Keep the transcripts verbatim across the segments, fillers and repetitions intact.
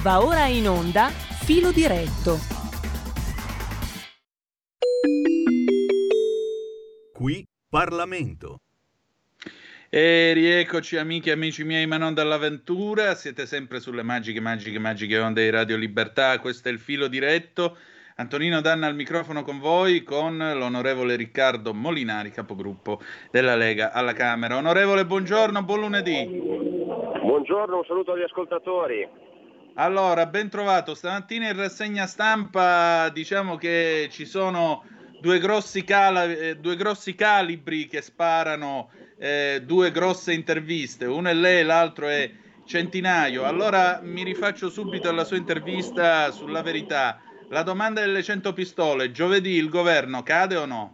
Va ora in onda Filo Diretto. Qui Parlamento. E rieccoci amiche e amici miei, ma non dall'avventura, siete sempre sulle magiche, magiche, magiche onde di Radio Libertà, questo è il Filo Diretto. Antonino Danna al microfono con voi, con l'onorevole Riccardo Molinari, capogruppo della Lega alla Camera. Onorevole, buongiorno, buon lunedì. Buongiorno, un saluto agli ascoltatori. Allora, ben trovato. Stamattina in rassegna stampa diciamo che ci sono due grossi, cala- eh, due grossi calibri che sparano eh, due grosse interviste. Uno è lei, l'altro è Centinaio. Allora mi rifaccio subito alla sua intervista sulla Verità. La domanda delle cento pistole, giovedì il governo cade o no?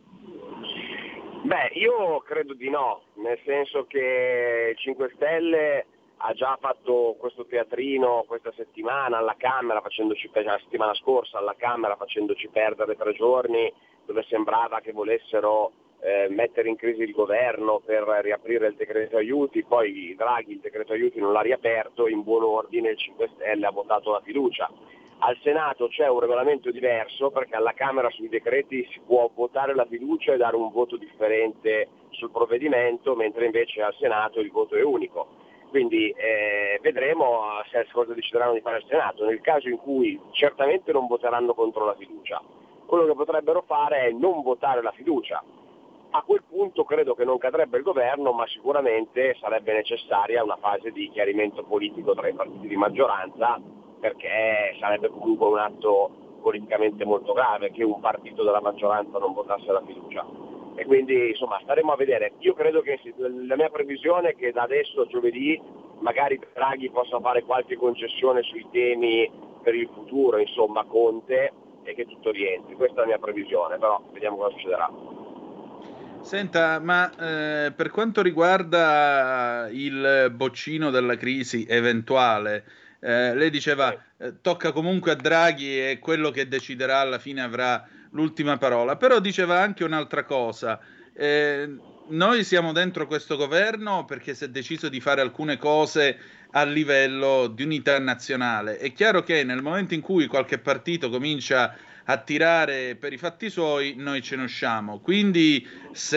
Beh, io credo di no, nel senso che il cinque Stelle ha già fatto questo teatrino questa settimana alla Camera, facendoci la settimana scorsa alla Camera facendoci perdere tre giorni, dove sembrava che volessero eh, mettere in crisi il governo per riaprire il decreto aiuti, poi Draghi il decreto aiuti non l'ha riaperto, in buon ordine il cinque Stelle ha votato la fiducia. Al Senato c'è un regolamento diverso perché alla Camera sui decreti si può votare la fiducia e dare un voto differente sul provvedimento, mentre invece al Senato il voto è unico. Quindi eh, vedremo se cosa decideranno di fare al Senato. Nel caso in cui certamente non voteranno contro la fiducia, quello che potrebbero fare è non votare la fiducia. A quel punto credo che non cadrebbe il governo, ma sicuramente sarebbe necessaria una fase di chiarimento politico tra i partiti di maggioranza, perché sarebbe comunque un atto politicamente molto grave che un partito della maggioranza non votasse la fiducia. E quindi insomma staremo a vedere. Io credo che la mia previsione è che da adesso a giovedì magari Draghi possa fare qualche concessione sui temi per il futuro, insomma Conte, e che tutto rientri. Questa è la mia previsione, però vediamo cosa succederà. Senta, ma eh, per quanto riguarda il boccino della crisi eventuale, eh, lei diceva eh, tocca comunque a Draghi e quello che deciderà alla fine avrà l'ultima parola, però diceva anche un'altra cosa. Eh, noi siamo dentro questo governo perché si è deciso di fare alcune cose a livello di unità nazionale. È chiaro che nel momento in cui qualche partito comincia a tirare per i fatti suoi, noi ce ne usciamo. Quindi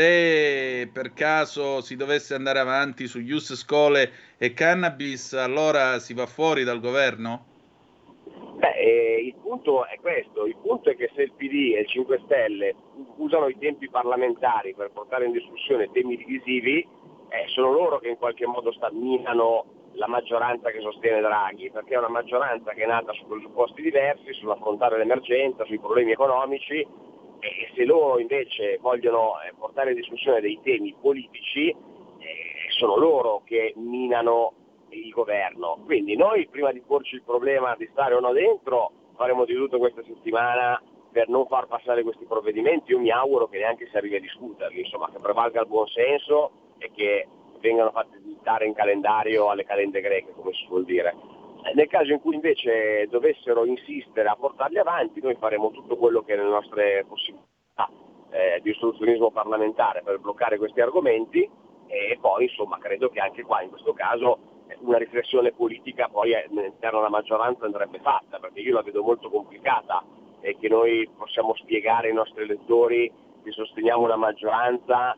se per caso si dovesse andare avanti su Ius Schole e Cannabis, allora si va fuori dal governo? Beh, eh, il punto è questo, il punto è che se il P D e il cinque Stelle usano i tempi parlamentari per portare in discussione temi divisivi, eh, sono loro che in qualche modo staminano la maggioranza che sostiene Draghi, perché è una maggioranza che è nata su presupposti diversi, sull'affrontare l'emergenza, sui problemi economici, e se loro invece vogliono eh, portare in discussione dei temi politici, eh, sono loro che minano il governo. Quindi noi prima di porci il problema di stare o no dentro faremo di tutto questa settimana per non far passare questi provvedimenti. Io mi auguro che neanche si arrivi a discuterli, insomma che prevalga il buon senso e che vengano fatti dare in calendario alle calende greche, come si suol dire. Nel caso in cui invece dovessero insistere a portarli avanti, noi faremo tutto quello che è nelle nostre possibilità eh, di ostruzionismo parlamentare per bloccare questi argomenti, e poi insomma credo che anche qua in questo caso una riflessione politica poi all'interno della maggioranza andrebbe fatta, perché io la vedo molto complicata e che noi possiamo spiegare ai nostri elettori che sosteniamo una maggioranza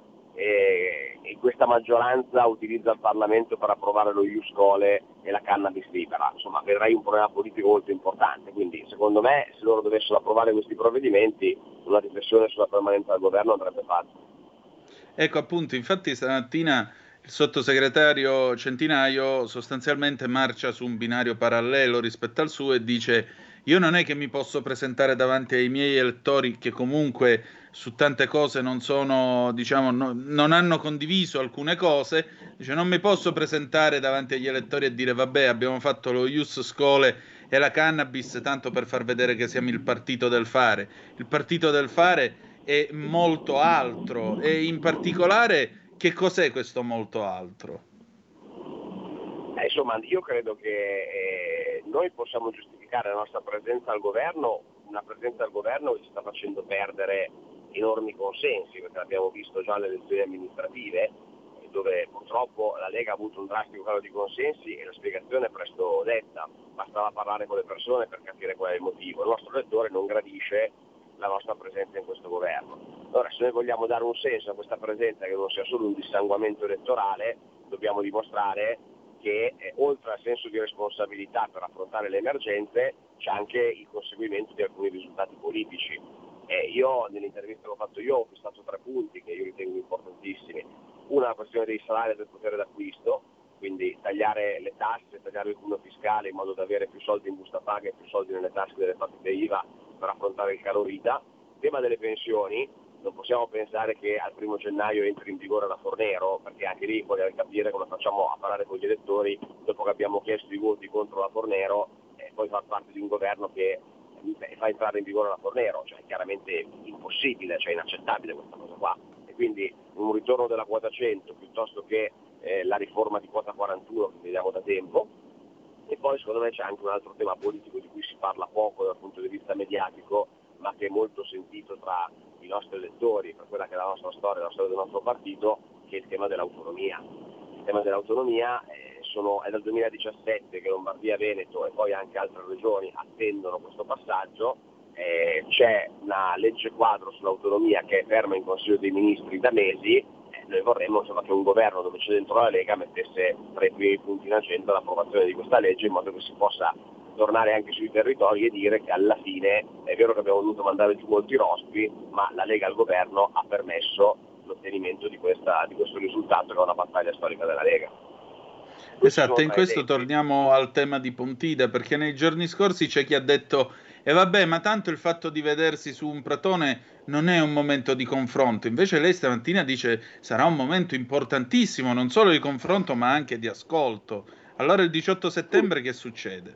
e, e questa maggioranza utilizza il Parlamento per approvare lo Ius Schole e la cannabis libera. Insomma, vedrei un problema politico molto importante, quindi secondo me se loro dovessero approvare questi provvedimenti una riflessione sulla permanenza del governo andrebbe fatta. Ecco appunto, infatti stamattina il sottosegretario Centinaio sostanzialmente marcia su un binario parallelo rispetto al suo e dice: io non è che mi posso presentare davanti ai miei elettori che comunque su tante cose non sono, diciamo, no- non hanno condiviso alcune cose, dice non mi posso presentare davanti agli elettori e dire vabbè abbiamo fatto lo Ius Schole e la cannabis tanto per far vedere che siamo il partito del fare. Il partito del fare è molto altro e in particolare che cos'è questo molto altro? Eh, insomma, io credo che eh, noi possiamo giustificare la nostra presenza al governo, una presenza al governo che ci sta facendo perdere enormi consensi, perché l'abbiamo visto già alle elezioni amministrative, dove purtroppo la Lega ha avuto un drastico calo di consensi e la spiegazione è presto detta. Bastava parlare parlare con le persone per capire qual è il motivo. Il nostro elettore non gradisce la nostra presenza in questo governo. Allora, se noi vogliamo dare un senso a questa presenza che non sia solo un dissanguamento elettorale, dobbiamo dimostrare che eh, oltre al senso di responsabilità per affrontare le emergenze c'è anche il conseguimento di alcuni risultati politici. Eh, io nell'intervista che ho fatto io ho fissato tre punti che io ritengo importantissimi. Una, la questione dei salari e del potere d'acquisto, quindi tagliare le tasse, tagliare il cuneo fiscale in modo da avere più soldi in busta paga e più soldi nelle tasche delle partite I V A per affrontare il caro vita. Il tema delle pensioni, non possiamo pensare che al primo gennaio entri in vigore la Fornero, perché anche lì vogliamo capire come facciamo a parlare con gli elettori dopo che abbiamo chiesto i voti contro la Fornero e poi far parte di un governo che fa entrare in vigore la Fornero, cioè è chiaramente impossibile, cioè inaccettabile questa cosa qua. E quindi un ritorno della quota cento piuttosto che eh, la riforma di quota quarantuno che vediamo da tempo. E poi secondo me c'è anche un altro tema politico di cui si parla poco dal punto di vista mediatico, ma che è molto sentito tra i nostri elettori, per quella che è la nostra storia, la storia del nostro partito, che è il tema dell'autonomia. Il tema dell'autonomia eh, sono, è dal duemiladiciassette che Lombardia, Veneto e poi anche altre regioni attendono questo passaggio. Eh, c'è una legge quadro sull'autonomia che è ferma in Consiglio dei Ministri da mesi. Eh, noi vorremmo insomma, che un governo dove c'è dentro la Lega mettesse tra i primi punti in agenda l'approvazione di questa legge in modo che si possa tornare anche sui territori e dire che alla fine è vero che abbiamo dovuto mandare giù molti rospi, ma la Lega al governo ha permesso l'ottenimento di, questa, di questo risultato che è una battaglia storica della Lega. Esatto, in questo torniamo al tema di Pontida, perché nei giorni scorsi c'è chi ha detto e eh vabbè, ma tanto il fatto di vedersi su un pratone non è un momento di confronto. Invece lei stamattina dice sarà un momento importantissimo, non solo di confronto ma anche di ascolto. Allora il diciotto settembre che succede?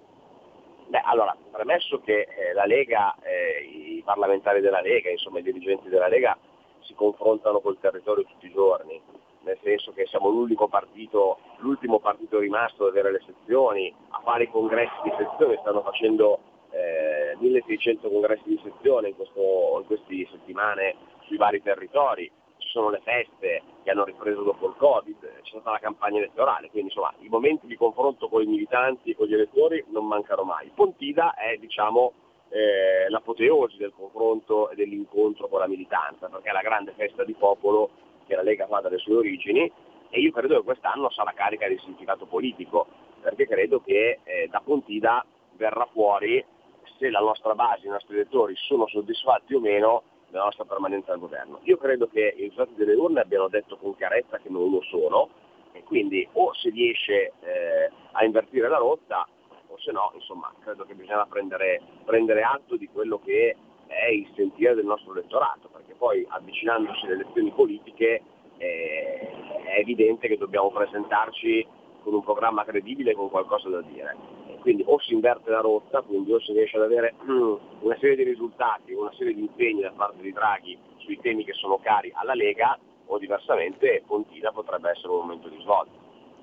Beh, allora, premesso che eh, la Lega, eh, i parlamentari della Lega, insomma i dirigenti della Lega si confrontano col territorio tutti i giorni, nel senso che siamo l'unico partito, l'ultimo partito rimasto ad avere le sezioni, a fare i congressi di sezione, stanno facendo eh, milleseicento congressi di sezione in, questo, in queste settimane sui vari territori. Ci sono le feste che hanno ripreso dopo il Covid, c'è stata la campagna elettorale, quindi insomma i momenti di confronto con i militanti e con gli elettori non mancano mai. Pontida è diciamo eh, l'apoteosi del confronto e dell'incontro con la militanza, perché è la grande festa di popolo che la Lega fa dalle sue origini e io credo che quest'anno sarà carica di significato politico, perché credo che eh, da Pontida verrà fuori se la nostra base, i nostri elettori sono soddisfatti o meno della nostra permanenza al governo. Io credo che i risultati delle urne abbiano detto con chiarezza che non lo sono e quindi o si riesce eh, a invertire la rotta o se no, insomma, credo che bisogna prendere, prendere atto di quello che è il sentire del nostro elettorato, perché poi avvicinandosi alle elezioni politiche eh, è evidente che dobbiamo presentarci con un programma credibile e con qualcosa da dire. E quindi o si inverte la rotta, quindi o si riesce ad avere mm, una serie di risultati, una serie di impegni da parte di Draghi sui temi che sono cari alla Lega, o diversamente Pontida potrebbe essere un momento di svolta.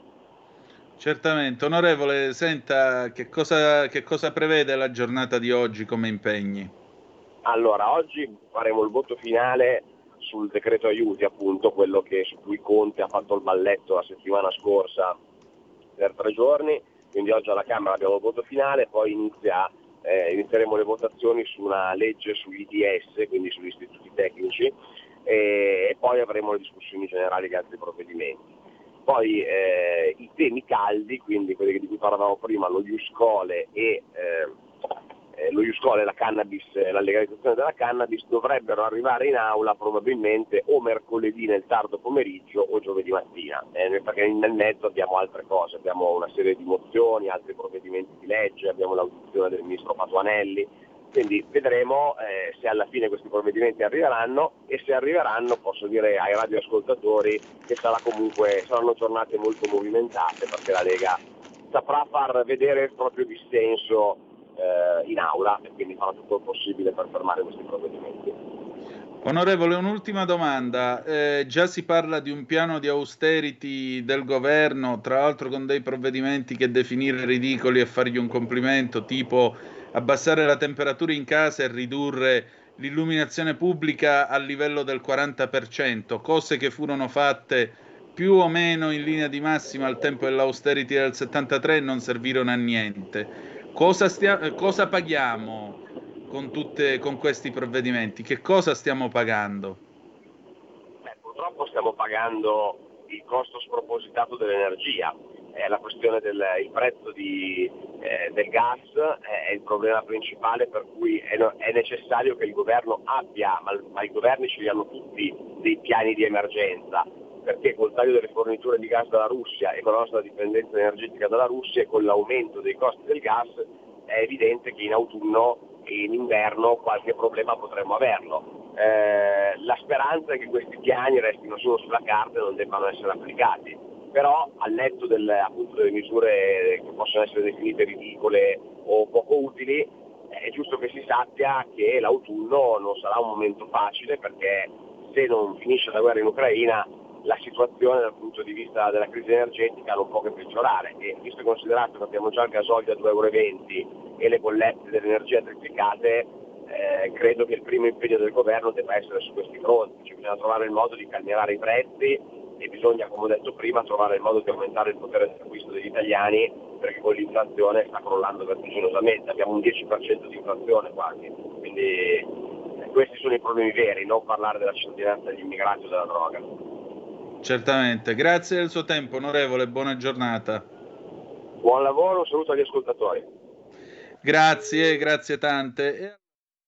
Certamente. Onorevole, senta, che cosa, che cosa prevede la giornata di oggi come impegni? Allora, oggi faremo il voto finale sul decreto aiuti, appunto, quello che, su cui Conte ha fatto il balletto la settimana scorsa per tre giorni, quindi oggi alla Camera abbiamo il voto finale, poi inizia, eh, inizieremo le votazioni su una legge sugli I T S, quindi sugli istituti tecnici, e, e poi avremo le discussioni generali di altri provvedimenti. Poi eh, i temi caldi, quindi quelli di cui parlavamo prima, lo Ius Scholae e eh, eh, lo Ius Scholae e la cannabis, la legalizzazione della cannabis, dovrebbero arrivare in aula probabilmente o mercoledì nel tardo pomeriggio o giovedì mattina, eh, perché nel mezzo abbiamo altre cose, abbiamo una serie di mozioni, altri provvedimenti di legge, abbiamo l'audizione del ministro Patuanelli. Quindi vedremo eh, se alla fine questi provvedimenti arriveranno e se arriveranno posso dire ai radioascoltatori che sarà comunque, saranno giornate molto movimentate perché la Lega saprà far vedere il proprio dissenso eh, in aula e quindi farà tutto il possibile per fermare questi provvedimenti. Onorevole, un'ultima domanda. Eh, già si parla di un piano di austerity del governo, tra l'altro con dei provvedimenti che definire ridicoli e fargli un complimento, tipo abbassare la temperatura in casa e ridurre l'illuminazione pubblica al livello del quaranta per cento, cose che furono fatte più o meno in linea di massima al tempo dell'austerity del settantatré e non servirono a niente. Cosa, stia- cosa paghiamo con, tutte, con questi provvedimenti? Che cosa stiamo pagando? Beh, purtroppo stiamo pagando il costo spropositato dell'energia. È la questione del il prezzo di, eh, del gas è il problema principale, per cui è, no, è necessario che il governo abbia, ma, ma i governi ce li hanno tutti, dei piani di emergenza, perché col taglio delle forniture di gas dalla Russia e con la nostra dipendenza energetica dalla Russia e con l'aumento dei costi del gas è evidente che in autunno e in inverno qualche problema potremmo averlo. Eh, la speranza è che questi piani restino solo sulla carta e non debbano essere applicati. Però al netto del, appunto, delle misure che possono essere definite ridicole o poco utili, è giusto che si sappia che l'autunno non sarà un momento facile, perché se non finisce la guerra in Ucraina la situazione dal punto di vista della crisi energetica non può che peggiorare, e visto e considerato che abbiamo già il gasolio a due euro e venti e le bollette dell'energia triplicate, eh, credo che il primo impegno del governo debba essere su questi fronti, cioè bisogna trovare il modo di calmierare i prezzi e bisogna, come ho detto prima, trovare il modo di aumentare il potere d'acquisto degli italiani, perché con l'inflazione sta crollando vertiginosamente, abbiamo un dieci per cento di inflazione quasi, quindi eh, questi sono i problemi veri, non parlare della cittadinanza degli immigrati o della droga. Certamente, grazie del suo tempo, onorevole, buona giornata. Buon lavoro, un saluto agli ascoltatori. Grazie, grazie tante.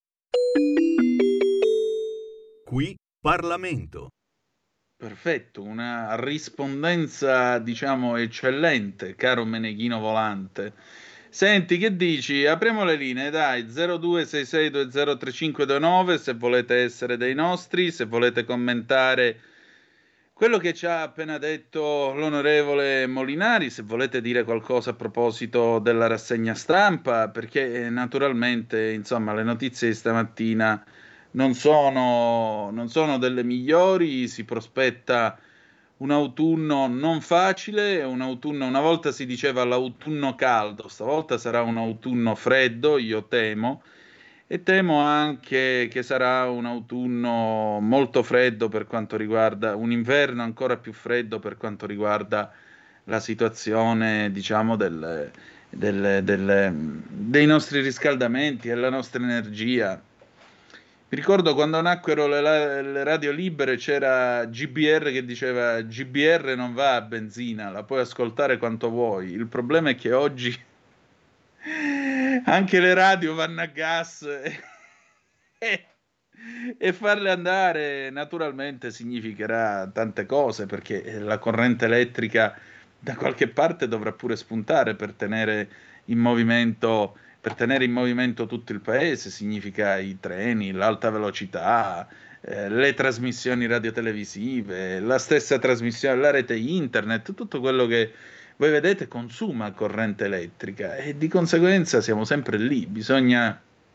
Qui Parlamento. Perfetto, una rispondenza, diciamo, eccellente, caro Meneghino Volante. Senti, che dici? Apriamo le linee, dai, zero due sei sei due zero tre cinque due nove se volete essere dei nostri, se volete commentare quello che ci ha appena detto l'onorevole Molinari, se volete dire qualcosa a proposito della rassegna stampa, perché eh, naturalmente, insomma, le notizie di stamattina non sono, non sono delle migliori, si prospetta un autunno non facile, un autunno, una volta si diceva l'autunno caldo, stavolta sarà un autunno freddo, io temo, e temo anche che sarà un autunno molto freddo per quanto riguarda, un inverno ancora più freddo per quanto riguarda la situazione, diciamo, del, del- del- dei nostri riscaldamenti e la nostra energia. Mi ricordo quando nacquero le, la- le radio libere c'era G B R che diceva G B R non va a benzina, la puoi ascoltare quanto vuoi. Il problema è che oggi anche le radio vanno a gas e, e- e farle andare naturalmente significherà tante cose, perché la corrente elettrica da qualche parte dovrà pure spuntare per tenere in movimento, per tenere in movimento tutto il paese, significa i treni, l'alta velocità, eh, le trasmissioni radiotelevisive, la stessa trasmissione, la rete internet, tutto quello che voi vedete consuma corrente elettrica e di conseguenza siamo sempre lì, bisogna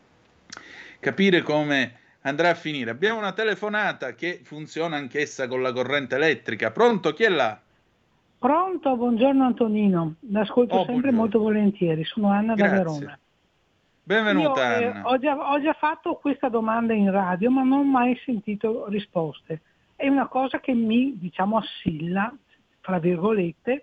capire come andrà a finire. Abbiamo una telefonata che funziona anch'essa con la corrente elettrica. Pronto? Chi è là? Pronto, buongiorno Antonino, l'ascolto Oh, sempre buongiorno. molto volentieri, sono Anna da Grazie. Verona. Benvenuta Io eh, Anna. ho, già, ho già fatto questa domanda in radio, ma non ho mai sentito risposte. È una cosa che mi, diciamo, assilla, tra virgolette.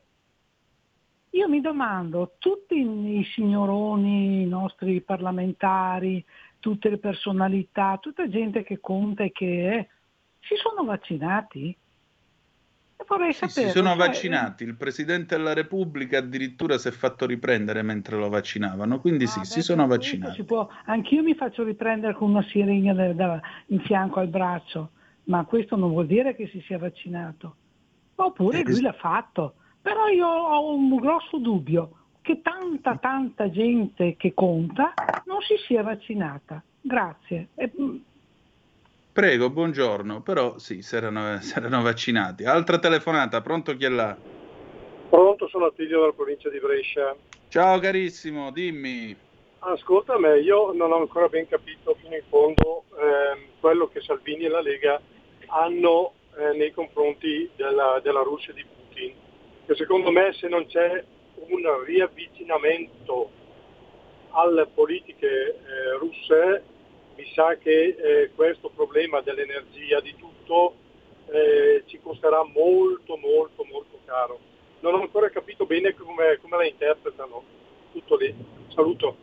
Io mi domando, tutti i signoroni, i nostri parlamentari, tutte le personalità, tutta gente che conta e che è, si sono vaccinati? E vorrei Sì, si saperlo, sono cioè, eh, vaccinati. Il Presidente della Repubblica addirittura si è fatto riprendere mentre lo vaccinavano, quindi sì, ah, si beh, sono per questo si vaccinati. può, anch'io mi faccio riprendere con una siringa da- da- in fianco al braccio, ma questo non vuol dire che si sia vaccinato. Oppure lui Es- l'ha fatto. Però io ho un grosso dubbio che tanta tanta gente che conta non si sia vaccinata. Grazie. E, mm, Prego, buongiorno, però sì, si erano, si erano vaccinati. Altra telefonata, pronto chi è là? Pronto, sono Attilio dalla provincia di Brescia. Ciao carissimo, dimmi. Ascolta me, io non ho ancora ben capito fino in fondo ehm, quello che Salvini e la Lega hanno eh, nei confronti della, della Russia di Putin. Che secondo me, se non c'è un riavvicinamento alle politiche eh, russe, mi sa che eh, questo problema dell'energia, di tutto, eh, ci costerà molto molto molto caro. Non ho ancora capito bene come, come la interpretano. tutto lì. Saluto.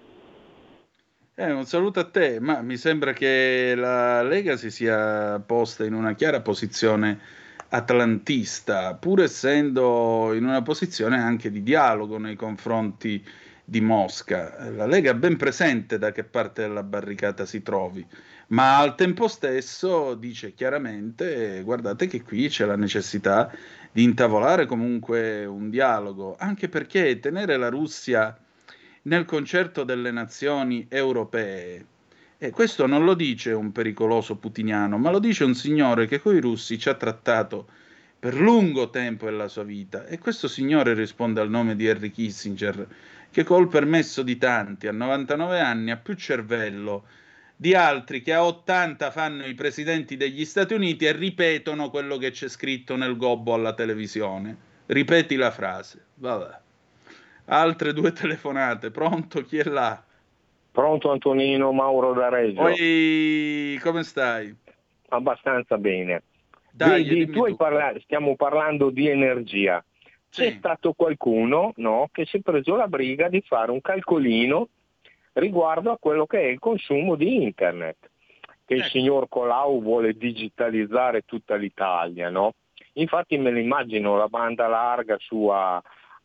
Eh, un saluto a te, ma mi sembra che la Lega si sia posta in una chiara posizione atlantista, pur essendo in una posizione anche di dialogo nei confronti di Mosca. La Lega ha ben presente da che parte della barricata si trovi, ma al tempo stesso dice chiaramente, guardate che qui c'è la necessità di intavolare comunque un dialogo, anche perché tenere la Russia nel concerto delle nazioni europee, e questo non lo dice un pericoloso putiniano, ma lo dice un signore che coi russi ci ha trattato per lungo tempo della sua vita, e questo signore risponde al nome di Henry Kissinger, che col permesso di tanti a novantanove anni ha più cervello di altri che a ottanta fanno i presidenti degli Stati Uniti e ripetono quello che c'è scritto nel gobbo alla televisione. Ripeti la frase. Vabbè. Altre due telefonate. Pronto? Chi è là? Pronto Antonino, Mauro da Reggio. Oi, come stai? Abbastanza bene. Dai, Vedi, dimmi tu hai tu. parla- stiamo parlando di energia. Sì. C'è stato qualcuno, no, che si è preso la briga di fare un calcolino riguardo a quello che è il consumo di internet, che il Ecco. signor Colau vuole digitalizzare tutta l'Italia, no? Infatti me lo immagino la banda larga sua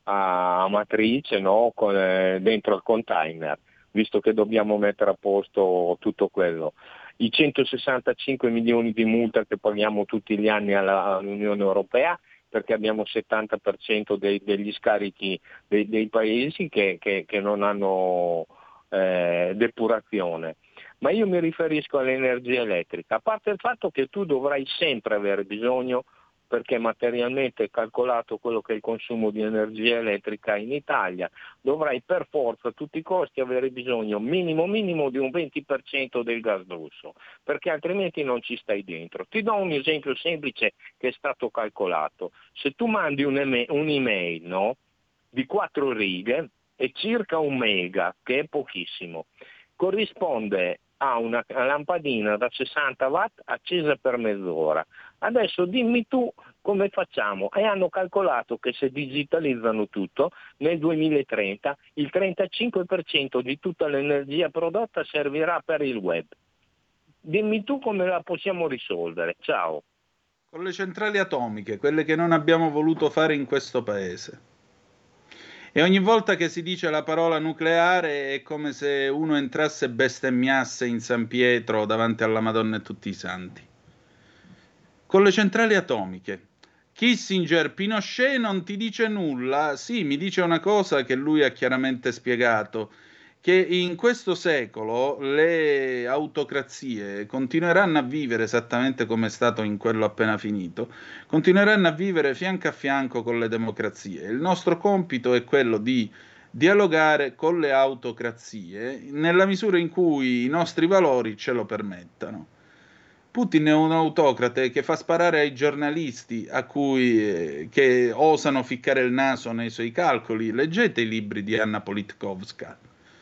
a matrice, no, con, eh, dentro il container, visto che dobbiamo mettere a posto tutto quello. I centosessantacinque milioni di multa che paghiamo tutti gli anni alla, all'Unione Europea, perché abbiamo il settanta per cento dei, degli scarichi dei, dei paesi che, che, che non hanno eh, depurazione. Ma io mi riferisco all'energia elettrica, a parte il fatto che tu dovrai sempre avere bisogno, perché materialmente è calcolato quello che è il consumo di energia elettrica in Italia, dovrai per forza a tutti i costi avere bisogno minimo minimo di un venti per cento del gas russo, perché altrimenti non ci stai dentro. Ti do un esempio semplice che è stato calcolato. Se tu mandi un'email, un'email no, di quattro righe e circa un mega, che è pochissimo, corrisponde a una lampadina da sessanta watt accesa per mezz'ora. Adesso dimmi tu come facciamo? E hanno calcolato che se digitalizzano tutto, nel duemilatrenta il trentacinque per cento di tutta l'energia prodotta servirà per il web. Dimmi tu come la possiamo risolvere. Ciao. Con le centrali atomiche, quelle che non abbiamo voluto fare in questo paese. E ogni volta che si dice la parola nucleare è come se uno entrasse e bestemmiasse in San Pietro davanti alla Madonna e tutti i santi. Con le centrali atomiche. Kissinger, Pinochet non ti dice nulla? Sì, mi dice una cosa che lui ha chiaramente spiegato, che in questo secolo le autocrazie continueranno a vivere esattamente come è stato in quello appena finito, continueranno a vivere fianco a fianco con le democrazie. Il nostro compito è quello di dialogare con le autocrazie nella misura in cui i nostri valori ce lo permettano. Putin è un autocrate che fa sparare ai giornalisti a cui, eh, che osano ficcare il naso nei suoi calcoli. Leggete i libri di Anna Politkovska.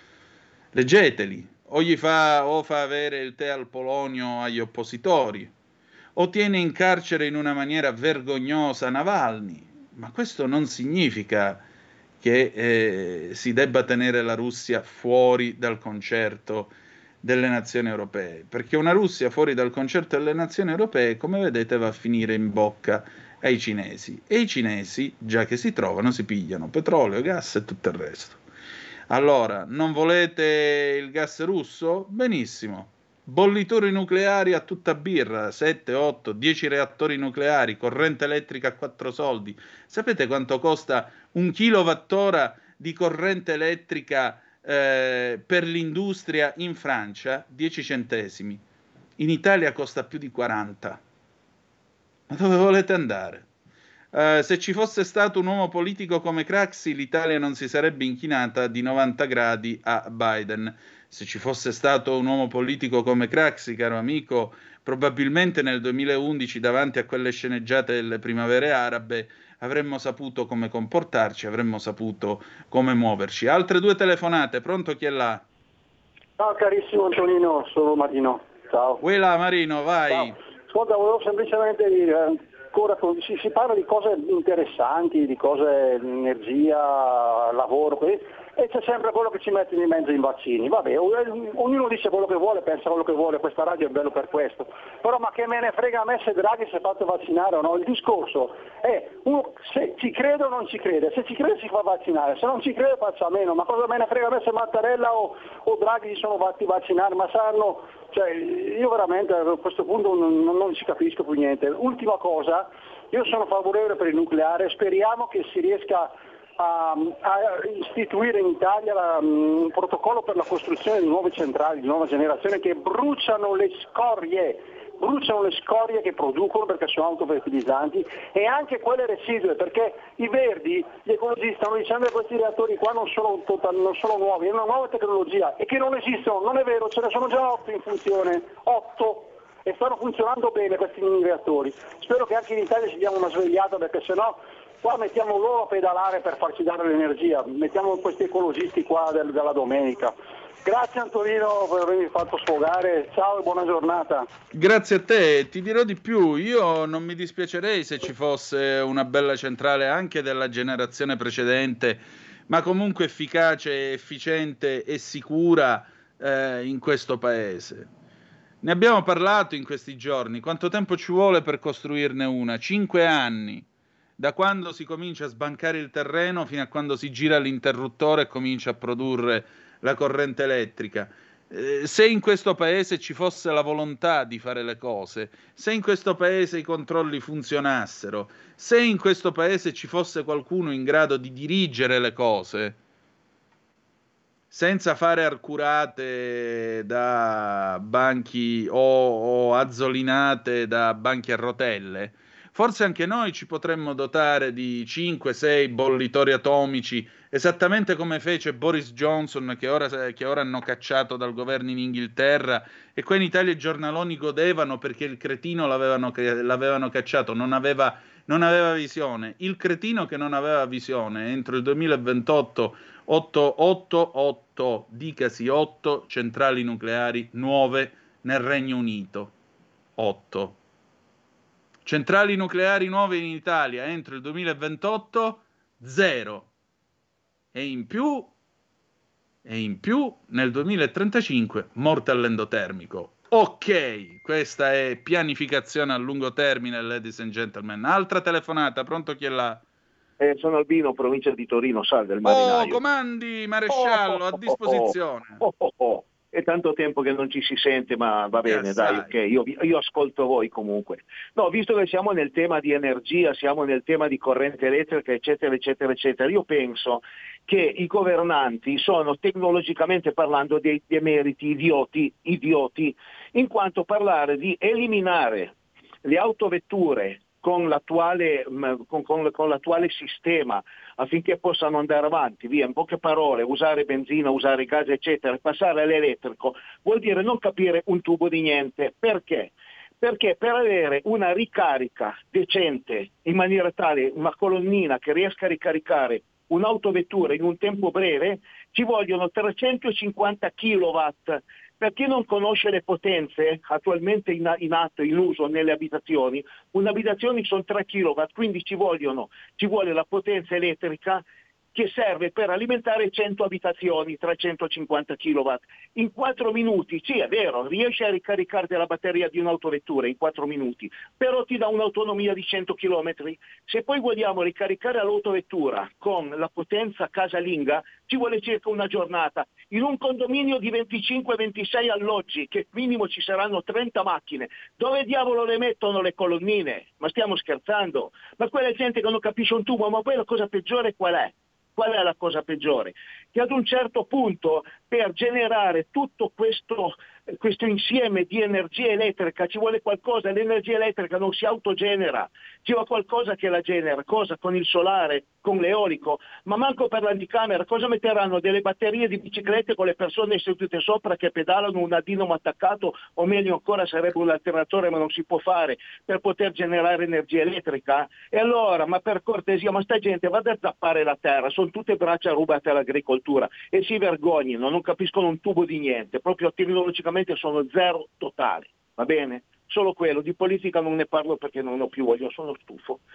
Leggeteli, o gli fa, o fa avere il tè al polonio agli oppositori, o tiene in carcere in una maniera vergognosa Navalny, ma questo non significa che eh, si debba tenere la Russia fuori dal concerto delle nazioni europee, perché una Russia fuori dal concerto delle nazioni europee, come vedete, va a finire in bocca ai cinesi, e i cinesi, già che si trovano, si pigliano petrolio, gas e tutto il resto. Allora, non volete il gas russo? Benissimo. Bollitori nucleari a tutta birra, sette, otto, dieci reattori nucleari, corrente elettrica a quattro soldi. Sapete quanto costa un kilowattora di corrente elettrica eh, per l'industria in Francia? dieci centesimi. In Italia costa più di quaranta. Ma dove volete andare? Uh, se ci fosse stato un uomo politico come Craxi, l'Italia non si sarebbe inchinata di novanta gradi a Biden. Se ci fosse stato un uomo politico come Craxi, caro amico, probabilmente nel duemilaundici, davanti a quelle sceneggiate delle primavere arabe, avremmo saputo come comportarci, avremmo saputo come muoverci. Altre due telefonate, pronto, chi è là? Ciao carissimo Antonino, sono Marino. Ciao. Uè là, Marino, vai. Ciao. Ascolta, volevo semplicemente dire... Ancora, si, si parla di cose interessanti, di cose, energia, lavoro, così, e c'è sempre quello che ci mette in mezzo i vaccini. Vabbè, ognuno dice quello che vuole, pensa quello che vuole, questa radio è bello per questo. Però ma che me ne frega a me se Draghi si è fatto vaccinare o no? Il discorso è uno se ci crede o non ci crede, se ci crede si fa vaccinare, se non ci crede faccia a meno, ma cosa me ne frega a me se Mattarella o, o Draghi si sono fatti vaccinare, ma sanno, cioè io veramente a questo punto non, non, non ci capisco più niente. Ultima cosa, io sono favorevole per il nucleare, speriamo che si riesca a, a istituire in Italia la, um, un protocollo per la costruzione di nuove centrali di nuova generazione che bruciano le scorie, bruciano le scorie che producono perché sono autofertilizzanti e anche quelle residue, perché i verdi, gli ecologisti stanno dicendo che questi reattori qua non sono, total, non sono nuovi, è una nuova tecnologia e che non esistono, non è vero, ce ne sono già otto in funzione, otto. E stanno funzionando bene questi mini reattori. Spero che anche in Italia ci diamo una svegliata, perché sennò qua mettiamo loro a pedalare per farci dare l'energia, mettiamo questi ecologisti qua del, della domenica. Grazie Antonino per avermi fatto sfogare, ciao e buona giornata. Grazie a te, ti dirò di più, io non mi dispiacerei se ci fosse una bella centrale anche della generazione precedente, ma comunque efficace, efficiente e sicura eh, in questo paese. Ne abbiamo parlato in questi giorni. Quanto tempo ci vuole per costruirne una? Cinque anni. Da quando si comincia a sbancare il terreno fino a quando si gira l'interruttore e comincia a produrre la corrente elettrica. Eh, se in questo paese ci fosse la volontà di fare le cose, se in questo paese i controlli funzionassero, se in questo paese ci fosse qualcuno in grado di dirigere le cose, senza fare arcurate da banchi o, o azzolinate da banchi a rotelle, forse anche noi ci potremmo dotare di cinque sei bollitori atomici, esattamente come fece Boris Johnson, che ora, che ora hanno cacciato dal governo in Inghilterra, e qua in Italia i giornaloni godevano perché il cretino l'avevano, l'avevano cacciato, non aveva, non aveva visione. Il cretino che non aveva visione, entro il duemilaventotto otto otto otto, dicasi otto centrali nucleari nuove nel Regno Unito. otto centrali nucleari nuove in Italia entro il duemilaventotto, zero. E in più, e in più nel duemilatrentacinque morte all'endotermico. Ok, questa è pianificazione a lungo termine, ladies and gentlemen. Altra telefonata, pronto, chi è là? Eh, sono Albino, provincia di Torino, salve il marinaio. Oh, comandi, maresciallo, oh, a disposizione. Oh, oh, oh, oh. È tanto tempo che non ci si sente, ma va bene, yes, dai, ok, io, io ascolto voi comunque. No, visto che siamo nel tema di energia, siamo nel tema di corrente elettrica, eccetera, eccetera, eccetera, io penso che i governanti sono tecnologicamente parlando dei demeriti idioti, idioti, in quanto parlare di eliminare le autovetture con l'attuale, con, con, con l'attuale sistema affinché possano andare avanti, via, in poche parole, usare benzina, usare gas, eccetera, passare all'elettrico, vuol dire non capire un tubo di niente. Perché? Perché per avere una ricarica decente, in maniera tale, una colonnina che riesca a ricaricare un'autovettura in un tempo breve, ci vogliono trecentocinquanta chilowatt. Per chi non conosce le potenze attualmente in, in atto, in uso nelle abitazioni, un'abitazione sono tre chilowatt, quindi ci, vogliono, ci vuole la potenza elettrica che serve per alimentare cento abitazioni, trecentocinquanta chilowatt. In quattro minuti, sì è vero, riesci a ricaricarti la batteria di un'autovettura in quattro minuti, però ti dà un'autonomia di cento chilometri. Se poi vogliamo ricaricare l'autovettura con la potenza casalinga, ci vuole circa una giornata. In un condominio di venticinque ventisei alloggi, che minimo ci saranno trenta macchine, dove diavolo le mettono le colonnine? Ma stiamo scherzando? Ma quella gente che non capisce un tubo, ma poi la cosa peggiore qual è? Qual è la cosa peggiore? Che ad un certo punto per generare tutto questo, questo insieme di energia elettrica ci vuole qualcosa, l'energia elettrica non si autogenera, ci vuole qualcosa che la genera, cosa? Con il solare, con l'eolico, ma manco per l'anticamera, cosa metteranno? Delle batterie di biciclette con le persone sedute sopra che pedalano, un dinamo attaccato, o meglio ancora sarebbe un alternatore, ma non si può fare, per poter generare energia elettrica? E allora, ma per cortesia, ma sta gente vada a zappare la terra, sono tutte braccia rubate all'agricoltura e si vergognano, non capiscono un tubo di niente, proprio tecnologicamente sono zero totale, va bene? Solo quello, di politica non ne parlo perché non ho più voglia, sono stufo.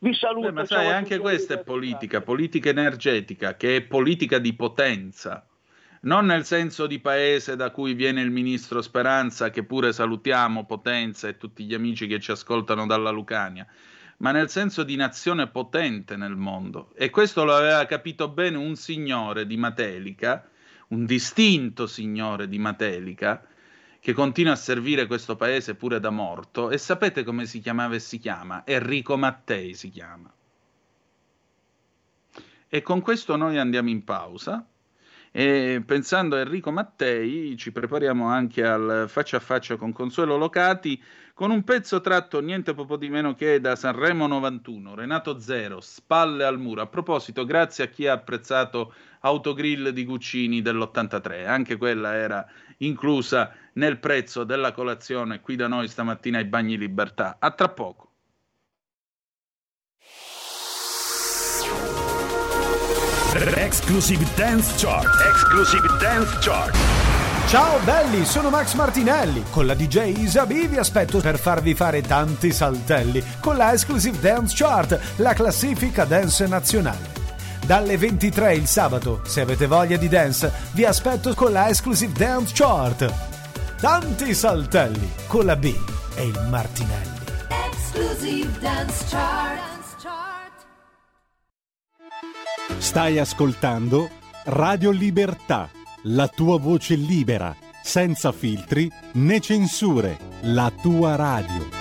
Vi saluto. Beh, ma sai, anche questa è politica, politica energetica, che è politica di potenza. Non nel senso di paese da cui viene il ministro Speranza, che pure salutiamo, Potenza, e tutti gli amici che ci ascoltano dalla Lucania, ma nel senso di nazione potente nel mondo. E questo lo aveva capito bene un signore di Matelica, un distinto signore di Matelica, che continua a servire questo paese pure da morto. E sapete come si chiamava e si chiama? Enrico Mattei si chiama. E con questo noi andiamo in pausa. E pensando a Enrico Mattei, ci prepariamo anche al faccia a faccia con Consuelo Locati, con un pezzo tratto niente poco di meno che da Sanremo novantuno, Renato Zero, Spalle al muro. A proposito, grazie a chi ha apprezzato Autogrill di Guccini dell'ottantatré, anche quella era inclusa nel prezzo della colazione qui da noi stamattina ai Bagni Libertà. A tra poco. Exclusive Dance Chart. Exclusive Dance Chart. Ciao belli, sono Max Martinelli. Con la D J Isabi vi aspetto per farvi fare tanti saltelli con la Exclusive Dance Chart, la classifica dance nazionale. Dalle ventitré il sabato, se avete voglia di dance, vi aspetto con la Exclusive Dance Chart. Tanti saltelli con la B e il Martinelli. Exclusive Dance Chart. Stai ascoltando Radio Libertà, la tua voce libera, senza filtri né censure, la tua radio.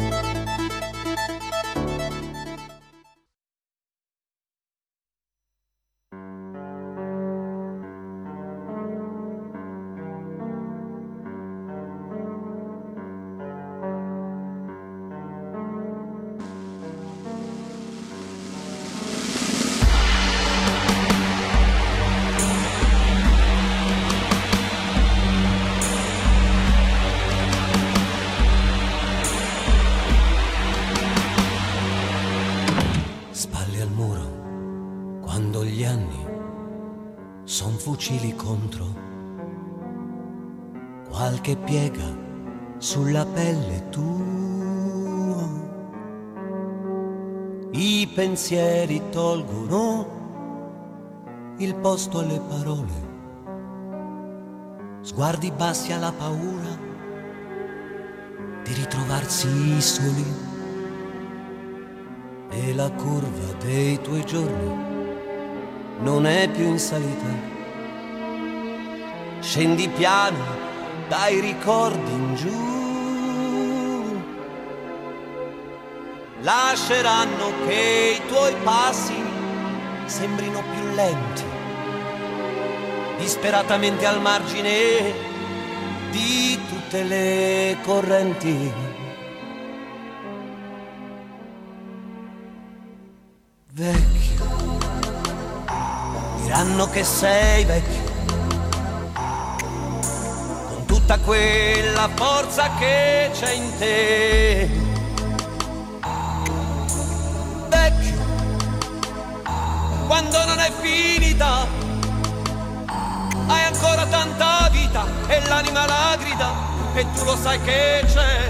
Che piega sulla pelle tua, i pensieri tolgono il posto alle parole, sguardi bassi alla paura di ritrovarsi soli, e la curva dei tuoi giorni non è più in salita, scendi piano dai ricordi in giù, lasceranno che i tuoi passi sembrino più lenti, disperatamente al margine di tutte le correnti. Vecchio, diranno che sei vecchio, tutta quella forza che c'è in te. Vecchio, quando non è finita, hai ancora tanta vita e l'anima la grida, e tu lo sai che c'è.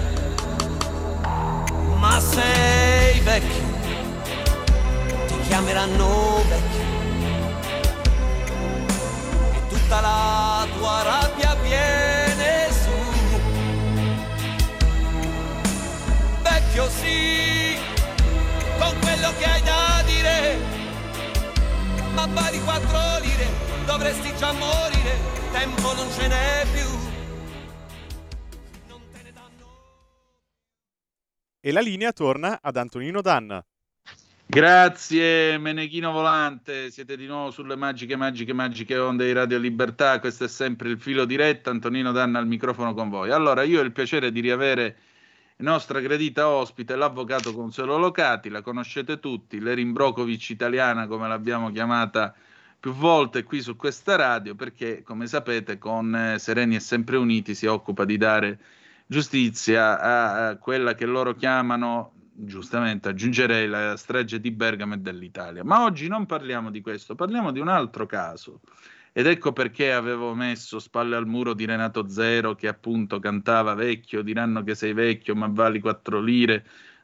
Ma sei vecchio, ti chiameranno vecchio, e tutta la tua rabbia viene. Vecchio sì, con quello che hai da dire, ma vali quattro lire, dovresti già morire, tempo non ce n'è più. Non te ne danno. E la linea torna ad Antonino Danna. Grazie Meneghino Volante, siete di nuovo sulle magiche, magiche, magiche onde di Radio Libertà. Questo è sempre il filo diretto, Antonino Danna al microfono con voi. Allora, io ho il piacere di riavere nostra gradita ospite, l'avvocato Consuelo Locati, la conoscete tutti, l'Erin Brockovich italiana, come l'abbiamo chiamata più volte qui su questa radio, perché come sapete con eh, Sereni e Sempre Uniti si occupa di dare giustizia a, a quella che loro chiamano, giustamente aggiungerei, la strage di Bergamo e dell'Italia. Ma oggi non parliamo di questo, parliamo di un altro caso. Ed ecco perché avevo messo Spalle al muro di Renato Zero, che appunto cantava Vecchio, diranno che sei vecchio, ma vali quattro lire,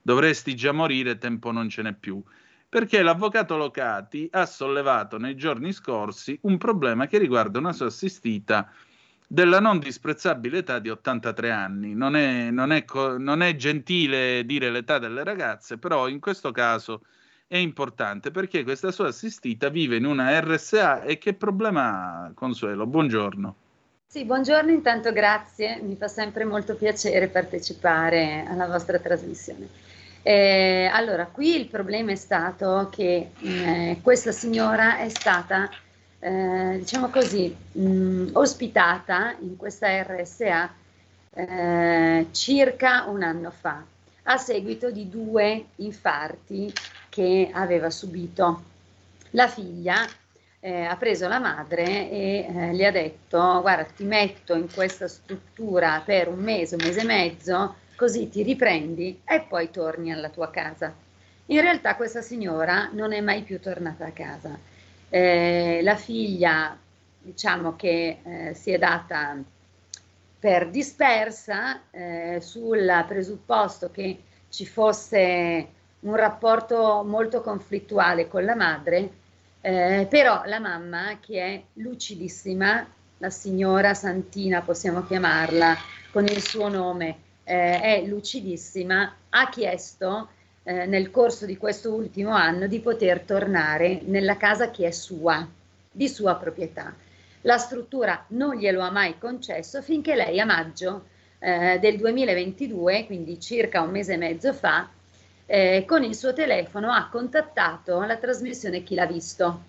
dovresti già morire, tempo non ce n'è più. Perché l'avvocato Locati ha sollevato nei giorni scorsi un problema che riguarda una sua assistita della non disprezzabile età di ottantatré anni. Non è, non è, non è gentile dire l'età delle ragazze, però in questo caso è importante perché questa sua assistita vive in una R S A e che problema ha, Consuelo? Buongiorno. Sì, buongiorno, intanto grazie, mi fa sempre molto piacere partecipare alla vostra trasmissione. Eh, allora, qui il problema è stato che eh, questa signora è stata, eh, diciamo così, mh, ospitata in questa R S A eh, circa un anno fa, a seguito di due infarti che aveva subito. La figlia eh, ha preso la madre e eh, le ha detto: guarda, ti metto in questa struttura per un mese, un mese e mezzo, così ti riprendi e poi torni alla tua casa. In realtà questa signora non è mai più tornata a casa. Eh, la figlia, diciamo che eh, si è data per dispersa eh, sul presupposto che ci fosse un rapporto molto conflittuale con la madre, eh, però la mamma, che è lucidissima, la signora Santina possiamo chiamarla con il suo nome, Eh, è lucidissima, ha chiesto eh, nel corso di questo ultimo anno di poter tornare nella casa che è sua, di sua proprietà. La struttura non glielo ha mai concesso finché lei a maggio eh, del duemilaventidue, quindi circa un mese e mezzo fa, eh, con il suo telefono ha contattato la trasmissione Chi l'ha visto,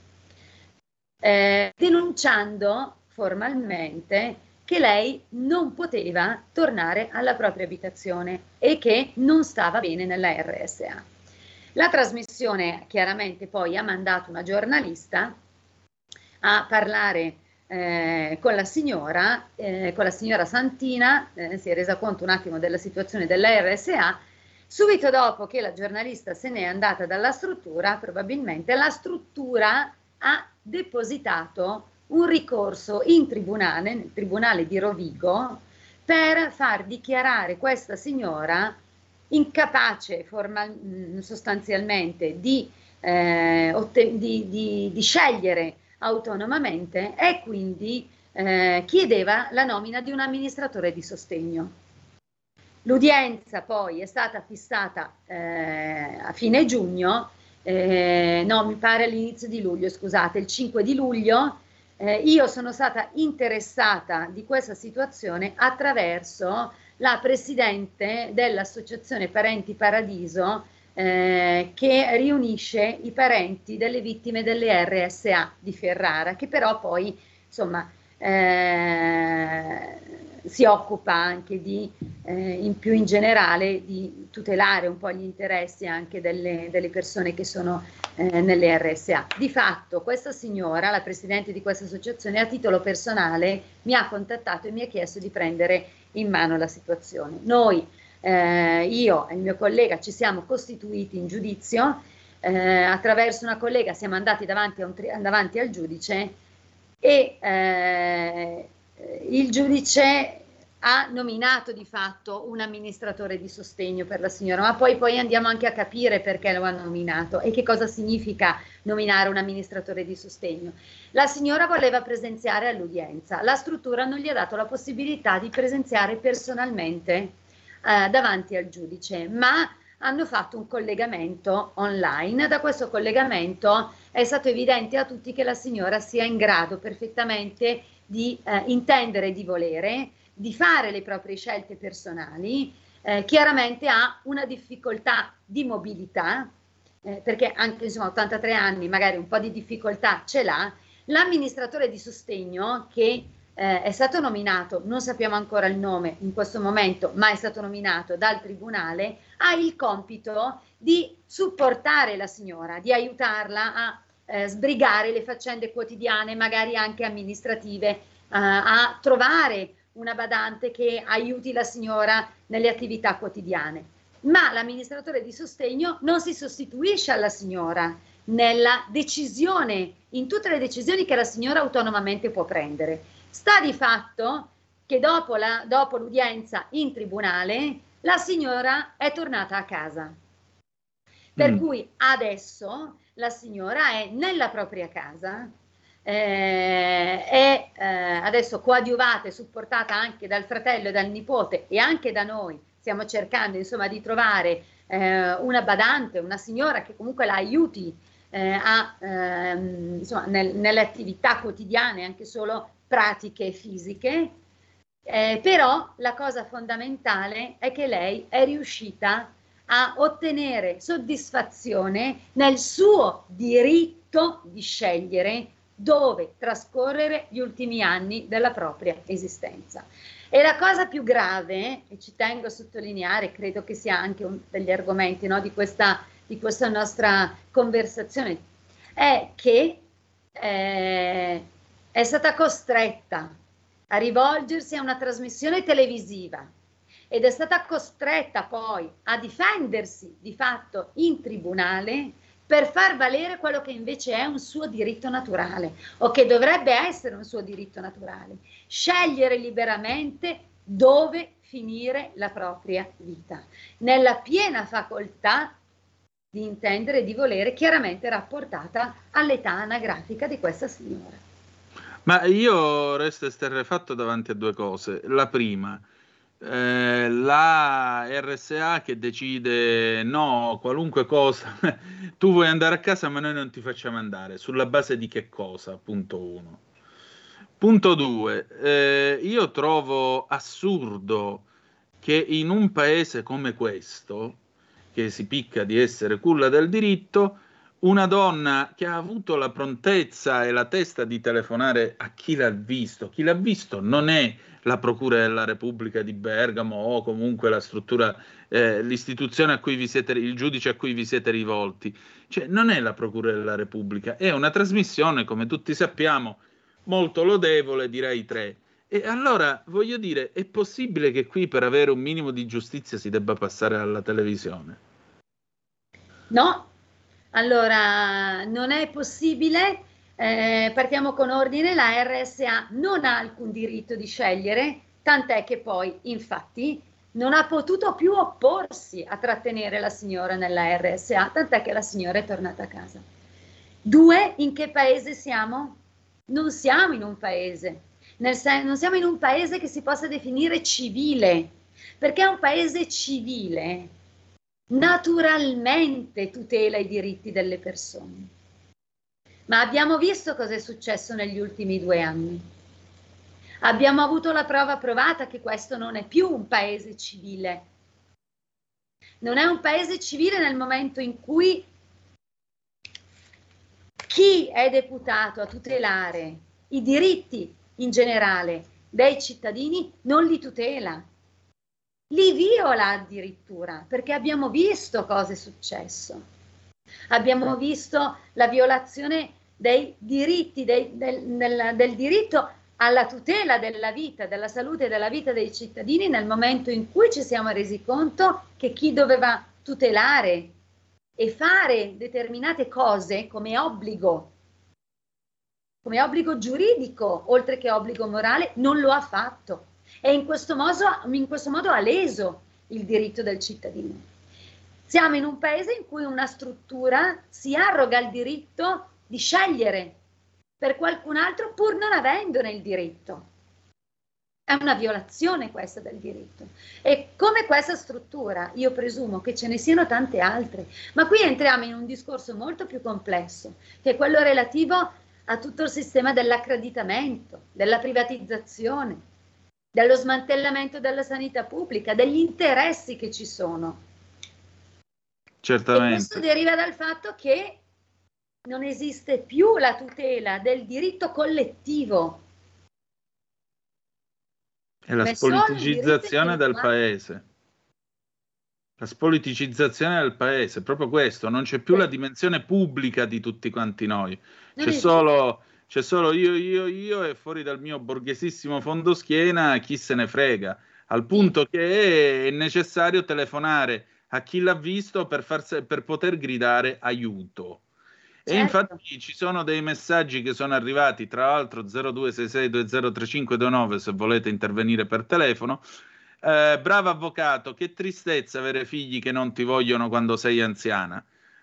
eh, denunciando formalmente che lei non poteva tornare alla propria abitazione e che non stava bene nella R S A. La trasmissione chiaramente poi ha mandato una giornalista a parlare eh, con la signora, eh, con la signora Santina, eh, si è resa conto un attimo della situazione della R S A. Subito dopo che la giornalista se n'è andata dalla struttura, probabilmente la struttura ha depositato un ricorso in tribunale, nel tribunale di Rovigo, per far dichiarare questa signora incapace formal, sostanzialmente di, eh, di, di, di scegliere autonomamente e quindi eh, chiedeva la nomina di un amministratore di sostegno. L'udienza poi è stata fissata eh, a fine giugno, eh, no mi pare all'inizio di luglio, scusate, il cinque di luglio. Eh, io sono stata interessata di questa situazione attraverso la presidente dell'associazione Parenti Paradiso eh, che riunisce i parenti delle vittime delle R S A di Ferrara, che però poi insomma eh, si occupa anche di, eh, in più in generale, di tutelare un po' gli interessi anche delle, delle persone che sono eh, nelle R S A. Di fatto questa signora, la presidente di questa associazione, a titolo personale mi ha contattato e mi ha chiesto di prendere in mano la situazione. Noi, eh, io e il mio collega, ci siamo costituiti in giudizio, eh, attraverso una collega siamo andati davanti, a un tri- davanti al giudice e eh, il giudice ha nominato di fatto un amministratore di sostegno per la signora, ma poi, poi andiamo anche a capire perché lo hanno nominato e che cosa significa nominare un amministratore di sostegno. La signora voleva presenziare all'udienza, la struttura non gli ha dato la possibilità di presenziare personalmente eh, davanti al giudice, ma hanno fatto un collegamento online. Da questo collegamento è stato evidente a tutti che la signora sia in grado perfettamente di eh, intendere e di volere, di fare le proprie scelte personali, eh, chiaramente ha una difficoltà di mobilità, eh, perché anche insomma ottantatré anni magari un po' di difficoltà ce l'ha. L'amministratore di sostegno che eh, è stato nominato, non sappiamo ancora il nome in questo momento, ma è stato nominato dal tribunale, ha il compito di supportare la signora, di aiutarla a eh, sbrigare le faccende quotidiane, magari anche amministrative, eh, a trovare una badante che aiuti la signora nelle attività quotidiane. Ma l'amministratore di sostegno non si sostituisce alla signora nella decisione, in tutte le decisioni che la signora autonomamente può prendere. Sta di fatto che dopo, la, dopo l'udienza in tribunale la signora è tornata a casa. Per Mm. cui adesso la signora è nella propria casa, eh, è eh, adesso coadiuvata e supportata anche dal fratello e dal nipote, e anche da noi stiamo cercando insomma di trovare eh, una badante, una signora che comunque la aiuti eh, a, ehm, insomma, nel- nelle attività quotidiane, anche solo pratiche e fisiche. Eh, però la cosa fondamentale è che lei è riuscita a ottenere soddisfazione nel suo diritto di scegliere dove trascorrere gli ultimi anni della propria esistenza. E la cosa più grave, e ci tengo a sottolineare, credo che sia anche uno degli argomenti, no, di questa, di questa nostra conversazione, è che eh, è stata costretta a rivolgersi a una trasmissione televisiva ed è stata costretta poi a difendersi di fatto in tribunale per far valere quello che invece è un suo diritto naturale, o che dovrebbe essere un suo diritto naturale: scegliere liberamente dove finire la propria vita, nella piena facoltà di intendere e di volere, chiaramente rapportata all'età anagrafica di questa signora. Ma io resto esterrefatto davanti a due cose. La prima, eh, la R S A che decide no, qualunque cosa, tu vuoi andare a casa ma noi non ti facciamo andare, sulla base di che cosa? Punto uno. Punto due, eh, io trovo assurdo che in un paese come questo, che si picca di essere culla del diritto, una donna che ha avuto la prontezza e la testa di telefonare a chi l'ha visto, chi l'ha visto non è la Procura della Repubblica di Bergamo o comunque la struttura, eh, l'istituzione a cui vi siete, il giudice a cui vi siete rivolti, cioè non è la Procura della Repubblica, è una trasmissione, come tutti sappiamo, molto lodevole, direi tre. E allora, voglio dire, è possibile che qui per avere un minimo di giustizia si debba passare alla televisione? No, allora non è possibile. Eh, partiamo con ordine. La R S A non ha alcun diritto di scegliere, tant'è che poi, infatti, non ha potuto più opporsi a trattenere la signora nella R S A, tant'è che la signora è tornata a casa. Due, in che paese siamo? Non siamo in un paese, nel sen- non siamo in un paese che si possa definire civile, perché un paese civile naturalmente tutela i diritti delle persone. Ma abbiamo visto cosa è successo negli ultimi due anni. Abbiamo avuto la prova provata che questo non è più un paese civile. Non è un paese civile nel momento in cui chi è deputato a tutelare i diritti in generale dei cittadini non li tutela, li viola addirittura, perché abbiamo visto cosa è successo. Abbiamo visto la violazione dei diritti, dei, del, del, del diritto alla tutela della vita, della salute e della vita dei cittadini nel momento in cui ci siamo resi conto che chi doveva tutelare e fare determinate cose come obbligo, come obbligo giuridico, oltre che obbligo morale, non lo ha fatto. E in questo modo, in questo modo ha leso il diritto del cittadino. Siamo in un paese in cui una struttura si arroga il diritto di scegliere per qualcun altro pur non avendone il diritto. È una violazione questa del diritto. E come questa struttura, io presumo che ce ne siano tante altre, ma qui entriamo in un discorso molto più complesso, che è quello relativo a tutto il sistema dell'accreditamento, della privatizzazione, dello smantellamento della sanità pubblica, degli interessi che ci sono. Certamente. E questo deriva dal fatto che non esiste più la tutela del diritto collettivo. È la Ma è solo un spoliticizzazione diritto del paese. La spoliticizzazione del paese, proprio questo, non c'è più la dimensione pubblica di tutti quanti noi. C'è esiste. solo, c'è solo io, io, io e fuori dal mio borghesissimo fondoschiena chi se ne frega, al punto che è necessario telefonare a chi l'ha visto per, farsi, per poter gridare aiuto. E Certo. infatti ci sono dei messaggi che sono arrivati, tra l'altro zero due sei sei due zero tre cinque due nove se volete intervenire per telefono. Eh, bravo avvocato, che tristezza avere figli che non ti vogliono quando sei anziana.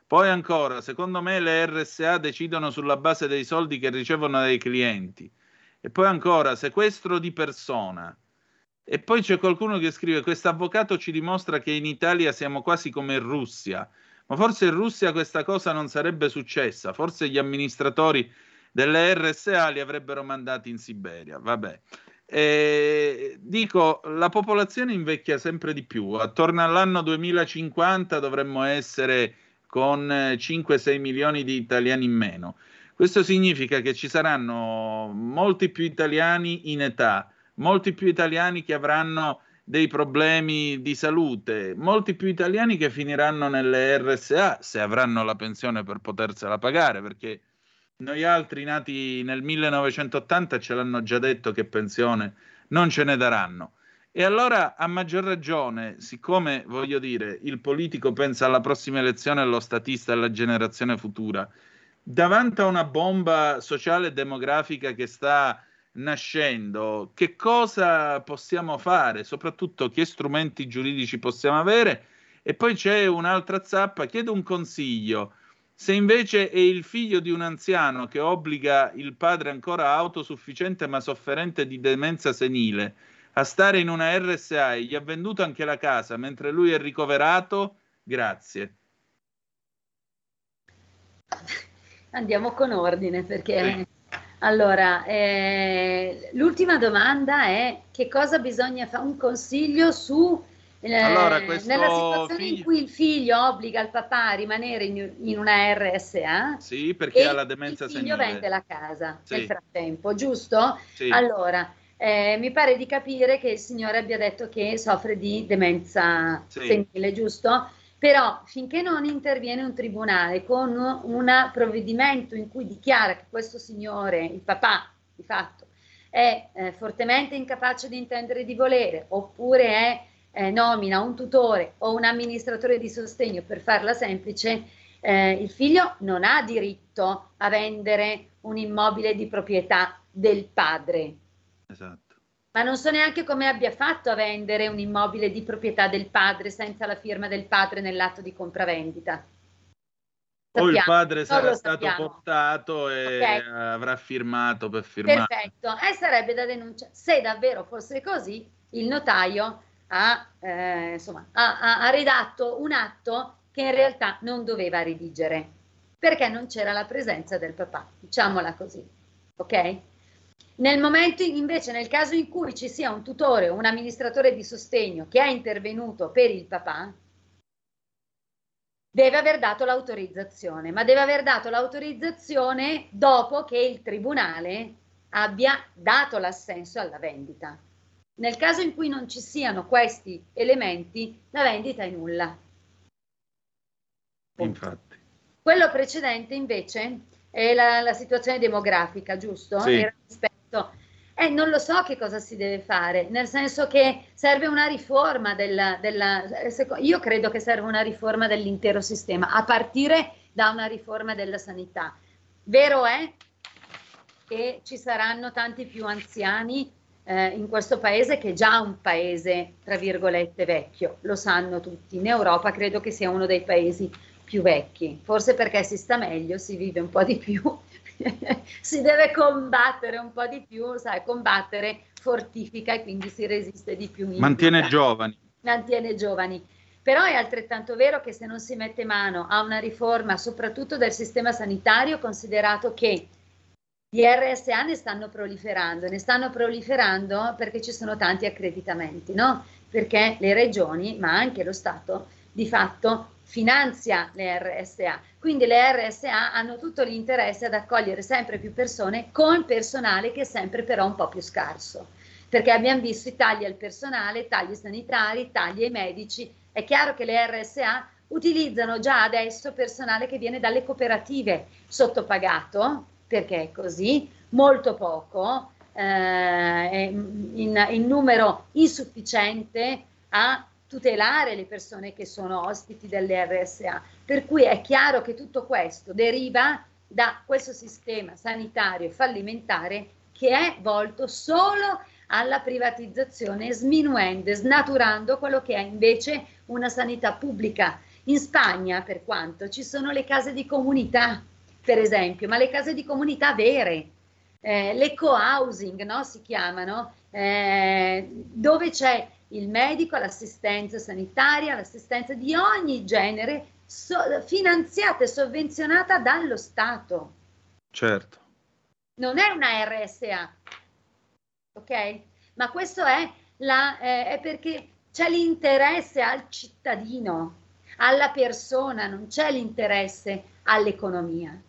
Poi ancora, secondo me le R S A decidono sulla base dei soldi che ricevono dai clienti. E poi ancora, sequestro di persona. E poi c'è qualcuno che scrive: questo avvocato ci dimostra che in Italia siamo quasi come in Russia. Ma forse in Russia questa cosa non sarebbe successa. Forse gli amministratori delle R S A li avrebbero mandati in Siberia. Vabbè. E dico, la popolazione invecchia sempre di più. Attorno all'anno duemilacinquanta dovremmo essere con cinque sei milioni di italiani in meno. Questo significa che ci saranno molti più italiani in età, molti più italiani che avranno dei problemi di salute, molti più italiani che finiranno nelle R S A se avranno la pensione per potersela pagare, perché noi altri nati nel millenovecentottanta ce l'hanno già detto che pensione non ce ne daranno. E allora, a maggior ragione, siccome, voglio dire, il politico pensa alla prossima elezione e lo statista alla generazione futura, davanti a una bomba sociale e demografica che sta nascendo, che cosa possiamo fare? Soprattutto che strumenti giuridici possiamo avere? E poi c'è un'altra zappa, chiedo un consiglio. Se invece è il figlio di un anziano che obbliga il padre ancora autosufficiente ma sofferente di demenza senile a stare in una R S A e gli ha venduto anche la casa mentre lui è ricoverato, grazie. Andiamo con ordine, perché allora eh, l'ultima domanda è: che cosa bisogna fare? Un consiglio su eh, allora, questo nella situazione figlio... in cui il figlio obbliga il papà a rimanere in, in una R S A, sì, perché e ha la demenza il figlio senile. vende la casa sì. nel frattempo, giusto? Sì. Allora eh, mi pare di capire che il signore abbia detto che soffre di demenza sì. senile, giusto? Però finché non interviene un tribunale con un provvedimento in cui dichiara che questo signore, il papà di fatto, è eh, fortemente incapace di intendere e di volere, oppure è, eh, nomina un tutore o un amministratore di sostegno, per farla semplice, eh, il figlio non ha diritto a vendere un immobile di proprietà del padre. Esatto. Ma non so neanche come abbia fatto a vendere un immobile di proprietà del padre senza la firma del padre nell'atto di compravendita. O il padre non sarà lo stato sappiamo. portato e Ok. avrà firmato per firmare. Perfetto, e sarebbe da denunciare. Se davvero fosse così, il notaio ha, eh, insomma, ha, ha- ha redatto un atto che in realtà non doveva redigere, perché non c'era la presenza del papà, diciamola così, ok? Nel momento in- invece, nel caso in cui ci sia un tutore o un amministratore di sostegno che è intervenuto per il papà, deve aver dato l'autorizzazione, ma deve aver dato l'autorizzazione dopo che il tribunale abbia dato l'assenso alla vendita. Nel caso in cui non ci siano questi elementi, la vendita è nulla. Infatti. Quello precedente invece è la, la situazione demografica, giusto? Sì. Era rispetto. Eh, non lo so che cosa si deve fare, nel senso che serve una riforma della, della io credo che serve una riforma dell'intero sistema, a partire da una riforma della sanità. Vero è che ci saranno tanti più anziani eh, in questo paese, che è già un paese, tra virgolette, vecchio, lo sanno tutti. In Europa credo che sia uno dei paesi più vecchi, forse perché si sta meglio, si vive un po' di più, si deve combattere un po' di più, sai, combattere fortifica e quindi si resiste di più. in Mantiene vita. giovani. Mantiene giovani. Però è altrettanto vero che se non si mette mano a una riforma, soprattutto del sistema sanitario, considerato che gli R S A ne stanno proliferando, ne stanno proliferando perché ci sono tanti accreditamenti, no? Perché le regioni, ma anche lo Stato, di fatto finanzia le R S A. Quindi le R S A hanno tutto l'interesse ad accogliere sempre più persone con personale che è sempre però un po' più scarso. Perché abbiamo visto i tagli al personale, tagli sanitari, tagli ai medici. È chiaro che le R S A utilizzano già adesso personale che viene dalle cooperative, sottopagato, perché è così, molto poco, eh, in, in numero insufficiente a tutelare le persone che sono ospiti delle R S A. Per cui è chiaro che tutto questo deriva da questo sistema sanitario fallimentare che è volto solo alla privatizzazione, sminuendo e snaturando quello che è invece una sanità pubblica. In Spagna, per quanto, ci sono le case di comunità, per esempio, ma le case di comunità vere, eh, le co-housing, no, si chiamano, eh, dove c'è il medico, l'assistenza sanitaria, l'assistenza di ogni genere, so, finanziata e sovvenzionata dallo Stato. Certo. Non è una R S A, ok? Ma questo è, la, eh, è perché c'è l'interesse al cittadino, alla persona, non c'è l'interesse all'economia.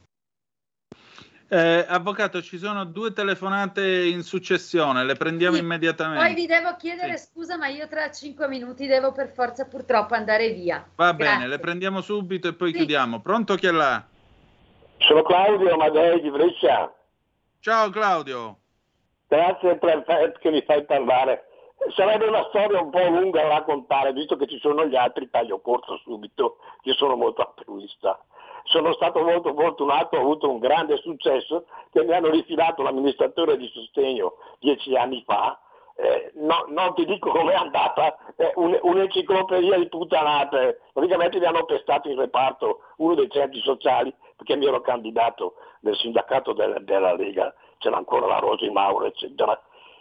Eh, avvocato, ci sono due telefonate in successione, le prendiamo Sì, immediatamente. Poi vi devo chiedere Sì. scusa, ma io tra cinque minuti devo per forza purtroppo andare via. Va Grazie. bene, le prendiamo subito e poi Sì. chiudiamo. Pronto, chi è là? Sono Claudio Amadei di Brescia. Ciao Claudio. Grazie per che mi fai parlare. Sarebbe una storia un po' lunga da raccontare, visto che ci sono gli altri, taglio corto subito, che sono molto altruista. Sono stato molto fortunato, ho avuto un grande successo, che mi hanno rifilato l'amministratore di sostegno dieci anni fa. Eh, no, non ti dico com'è andata, eh, un, un'enciclopedia di puttanate. Praticamente mi hanno pestato in reparto uno dei centri sociali, perché mi ero candidato nel sindacato della, della Lega, c'era ancora la Rosi Mauro, eccetera.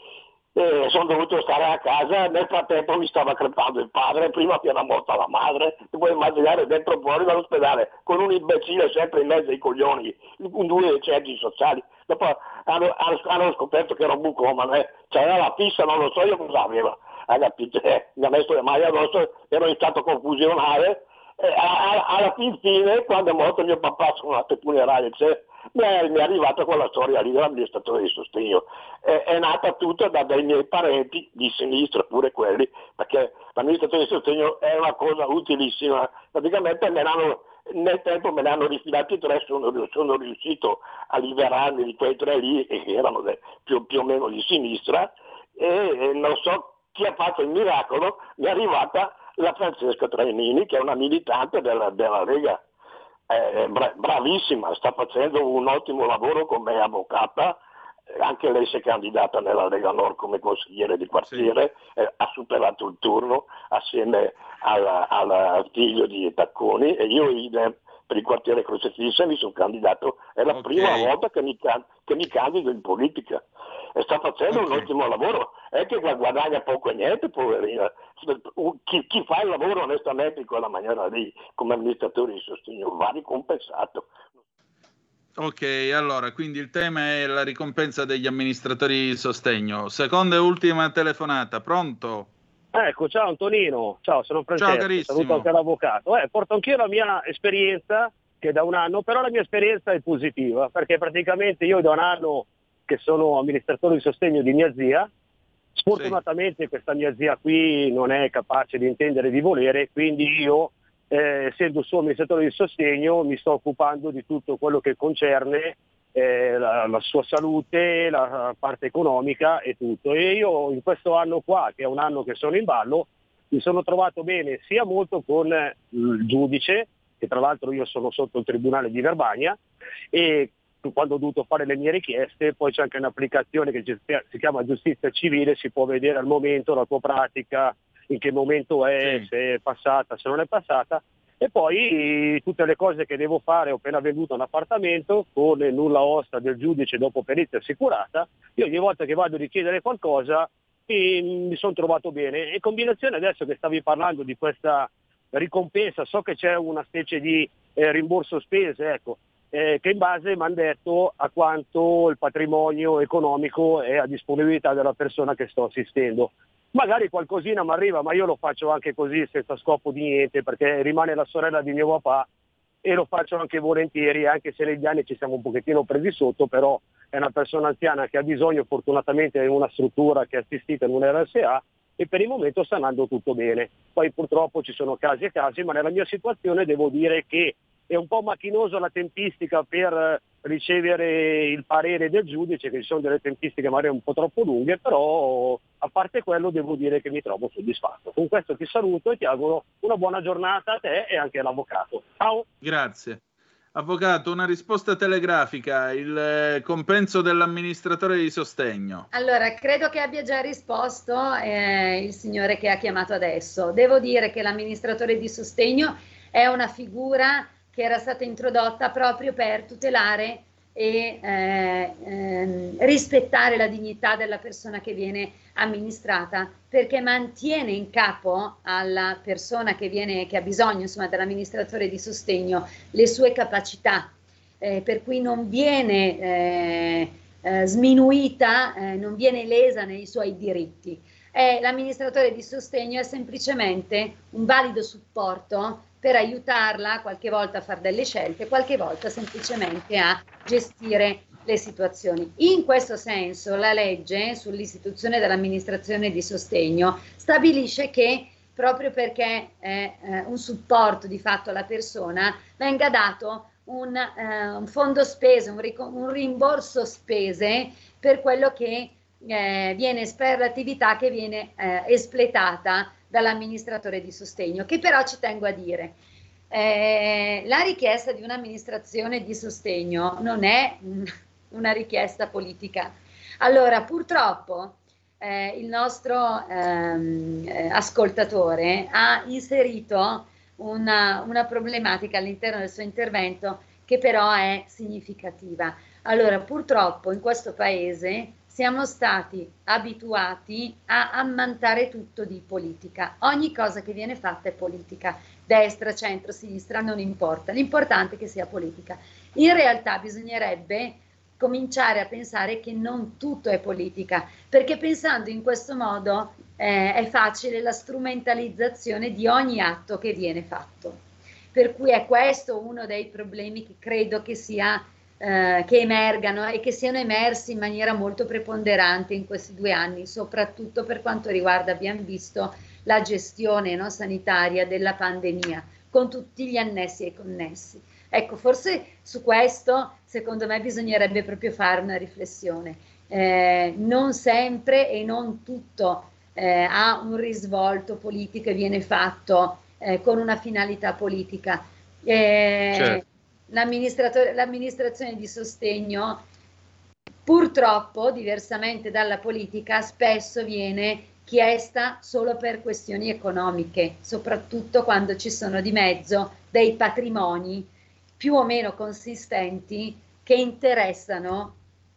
E sono dovuto stare a casa, nel frattempo mi stava crepando il padre, prima che era morta la madre, ti puoi immaginare dentro fuori dall'ospedale, con un imbecille sempre in mezzo ai coglioni, con due centri sociali. Dopo hanno, hanno, hanno scoperto che era un bucomane, eh. C'era la fissa, non lo so io cosa aveva, hai capito? Eh, mi ha messo le mani addosso, ero in stato confusionale, e alla fin fine, quando è morto mio papà, sono andato ai funerali, cioè, mi è, mi è arrivata quella storia lì dell'amministratore di sostegno. È, è nata tutta da dei miei parenti di sinistra, pure quelli, perché l'amministratore di sostegno è una cosa utilissima. Praticamente me l'hanno, nel tempo me ne hanno rifilati tre, sono, sono riuscito a liberarmi di quei tre lì, che erano de, più, più o meno di sinistra, e, e non so chi ha fatto il miracolo, mi è arrivata la Francesca Trainini, che è una militante della, della Lega. È bra- bravissima, sta facendo un ottimo lavoro come avvocata, anche lei si è candidata nella Lega Nord come consigliere di quartiere, sì. eh, ha superato il turno assieme alla, al figlio di Tacconi, e io idem per il quartiere Crocefissa mi sono candidato, è la okay. prima volta che mi, can- che mi candido in politica, e sta facendo okay. un ottimo lavoro, è che guadagna poco e niente, poverina. Chi, chi fa il lavoro onestamente in quella maniera lì, come amministratore di sostegno, va ricompensato. Ok, allora, quindi il tema è la ricompensa degli amministratori di sostegno. Seconda e ultima telefonata, pronto? Ecco, ciao Antonino, ciao, sono Francesco, ciao carissimo. Saluto anche l'avvocato. Eh, porto anch'io la mia esperienza, che da un anno, però la mia esperienza è positiva, perché praticamente io da un anno che sono amministratore di sostegno di mia zia. Sfortunatamente sì. Questa mia zia qui non è capace di intendere e di volere, quindi io, eh, essendo suo amministratore di sostegno, mi sto occupando di tutto quello che concerne eh, la, la sua salute, la parte economica e tutto. E io in questo anno qua, che è un anno che sono in ballo, mi sono trovato bene sia molto con il giudice, che tra l'altro io sono sotto il tribunale di Verbania, e quando ho dovuto fare le mie richieste, poi c'è anche un'applicazione che si chiama giustizia civile, si può vedere al momento la tua pratica, in che momento è, sì. se è passata, se non è passata, e poi tutte le cose che devo fare. Ho appena venduto un appartamento con il nulla osta del giudice dopo perizia assicurata, io ogni volta che vado a richiedere qualcosa mi sono trovato bene, e in combinazione adesso che stavi parlando di questa ricompensa, so che c'è una specie di eh, rimborso spese, ecco, Eh, che in base mi hanno detto a quanto il patrimonio economico è a disponibilità della persona che sto assistendo. Magari qualcosina mi arriva, ma io lo faccio anche così senza scopo di niente, perché rimane la sorella di mio papà e lo faccio anche volentieri, anche se negli anni ci siamo un pochettino presi sotto, però è una persona anziana che ha bisogno fortunatamente di una struttura che è assistita in un R S A, e per il momento sta andando tutto bene. Poi purtroppo ci sono casi e casi, ma nella mia situazione devo dire che è un po' macchinoso la tempistica per ricevere il parere del giudice, che ci sono delle tempistiche magari un po' troppo lunghe, però a parte quello devo dire che mi trovo soddisfatto. Con questo ti saluto e ti auguro una buona giornata a te e anche all'avvocato. Ciao! Grazie. Avvocato, una risposta telegrafica, il compenso dell'amministratore di sostegno. Allora, credo che abbia già risposto eh, il signore che ha chiamato adesso. Devo dire che l'amministratore di sostegno è una figura che era stata introdotta proprio per tutelare e eh, ehm, rispettare la dignità della persona che viene amministrata, perché mantiene in capo alla persona che, viene, che ha bisogno, insomma, dell'amministratore di sostegno le sue capacità, eh, per cui non viene eh, eh, sminuita, eh, non viene lesa nei suoi diritti. Eh, l'amministratore di sostegno è semplicemente un valido supporto per aiutarla qualche volta a fare delle scelte, qualche volta semplicemente a gestire le situazioni. In questo senso la legge sull'istituzione dell'amministrazione di sostegno stabilisce che proprio perché è eh, un supporto di fatto alla persona, venga dato un, eh, un fondo spese, un, ric- un rimborso spese per quello che eh, viene, per l'attività che viene eh, espletata dall'amministratore di sostegno, che però ci tengo a dire, eh, la richiesta di un'amministrazione di sostegno non è mh, una richiesta politica. Allora, purtroppo eh, il nostro ehm, eh, ascoltatore ha inserito una, una problematica all'interno del suo intervento che però è significativa. Allora, purtroppo in questo paese siamo stati abituati a ammantare tutto di politica. Ogni cosa che viene fatta è politica, destra, centro, sinistra, non importa. L'importante è che sia politica. In realtà bisognerebbe cominciare a pensare che non tutto è politica, perché pensando in questo modo eh, è facile la strumentalizzazione di ogni atto che viene fatto. Per cui è questo uno dei problemi che credo che sia Eh, che emergano e che siano emersi in maniera molto preponderante in questi due anni, soprattutto per quanto riguarda, abbiamo visto, la gestione, no, sanitaria della pandemia, con tutti gli annessi e connessi. Ecco, forse su questo, secondo me, bisognerebbe proprio fare una riflessione. Eh, non sempre e non tutto eh, ha un risvolto politico e viene fatto eh, con una finalità politica. Eh, certo. L'amministrazione di sostegno, purtroppo, diversamente dalla politica, spesso viene chiesta solo per questioni economiche, soprattutto quando ci sono di mezzo dei patrimoni più o meno consistenti che interessano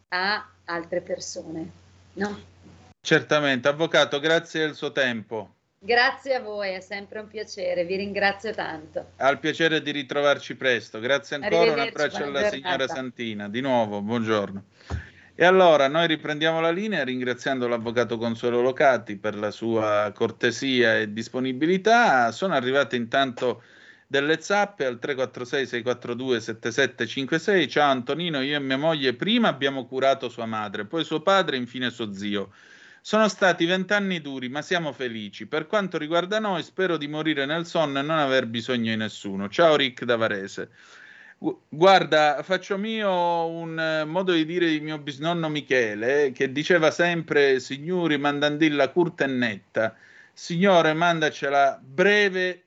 a altre persone, no? Certamente. Avvocato, grazie del suo tempo. Grazie a voi, è sempre un piacere, vi ringrazio tanto. Al piacere di ritrovarci presto, grazie ancora, un abbraccio alla giornata. Signora Santina, di nuovo, buongiorno. E allora, noi riprendiamo la linea ringraziando l'avvocato Consuelo Locati per la sua cortesia e disponibilità. Sono arrivate intanto delle zappe al tre quattro sei sei quattro due sette sette cinque sei. Ciao Antonino, io e mia moglie prima abbiamo curato sua madre, poi suo padre, infine suo zio. Sono stati vent'anni duri, ma siamo felici. Per quanto riguarda noi, spero di morire nel sonno e non aver bisogno di nessuno. Ciao Rick da Varese. Guarda, faccio mio un modo di dire di mio bisnonno Michele, che diceva sempre: signori, mandandilla curta e netta. Signore, mandacela breve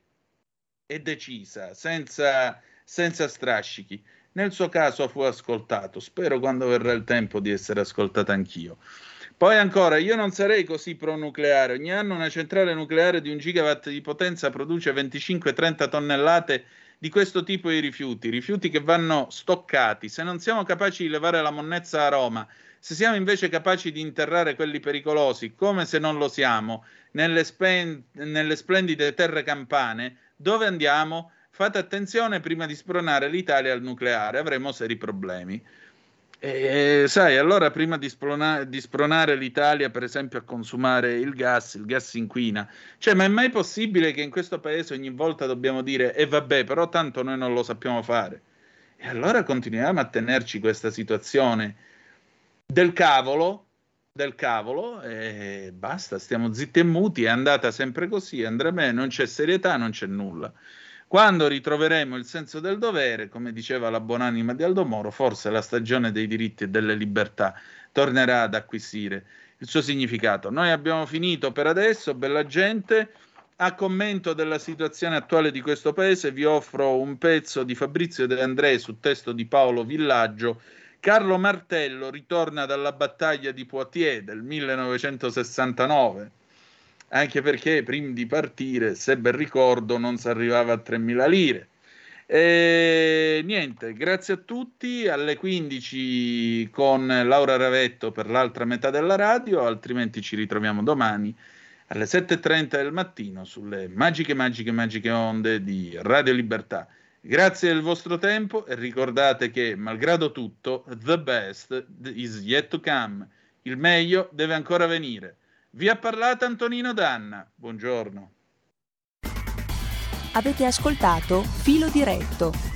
e decisa, senza, senza strascichi. Nel suo caso fu ascoltato. Spero quando verrà il tempo di essere ascoltato anch'io. Poi ancora, io non sarei così pro-nucleare. Ogni anno una centrale nucleare di un gigawatt di potenza produce venticinque trenta tonnellate di questo tipo di rifiuti, rifiuti che vanno stoccati. Se non siamo capaci di levare la monnezza a Roma, se siamo invece capaci di interrare quelli pericolosi, come se non lo siamo, nelle, spen- nelle splendide terre campane, dove andiamo? Fate attenzione prima di spronare l'Italia al nucleare, avremo seri problemi. E, sai, allora prima di, sprona- di spronare l'Italia, per esempio, a consumare il gas, il gas inquina. Cioè, ma è mai possibile che in questo paese ogni volta dobbiamo dire e eh, vabbè, però tanto noi non lo sappiamo fare? E allora continuiamo a tenerci questa situazione del cavolo, del cavolo, e basta, stiamo zitti e muti, è andata sempre così, andrà bene, non c'è serietà, non c'è nulla. Quando ritroveremo il senso del dovere, come diceva la buonanima di Aldo Moro, forse la stagione dei diritti e delle libertà tornerà ad acquisire il suo significato. Noi abbiamo finito per adesso, bella gente. A commento della situazione attuale di questo paese vi offro un pezzo di Fabrizio De André su testo di Paolo Villaggio. Carlo Martello ritorna dalla battaglia di Poitiers del millenovecentosessantanove. anche perché prima di partire, se ben ricordo, non si arrivava a tremila lire. E niente, grazie a tutti, alle quindici con Laura Ravetto per l'altra metà della radio, altrimenti ci ritroviamo domani alle sette e trenta del mattino sulle magiche, magiche, magiche onde di Radio Libertà. Grazie del vostro tempo e ricordate che, malgrado tutto, the best is yet to come. Il meglio deve ancora venire. Vi ha parlato Antonino Danna. Buongiorno. Avete ascoltato Filo Diretto.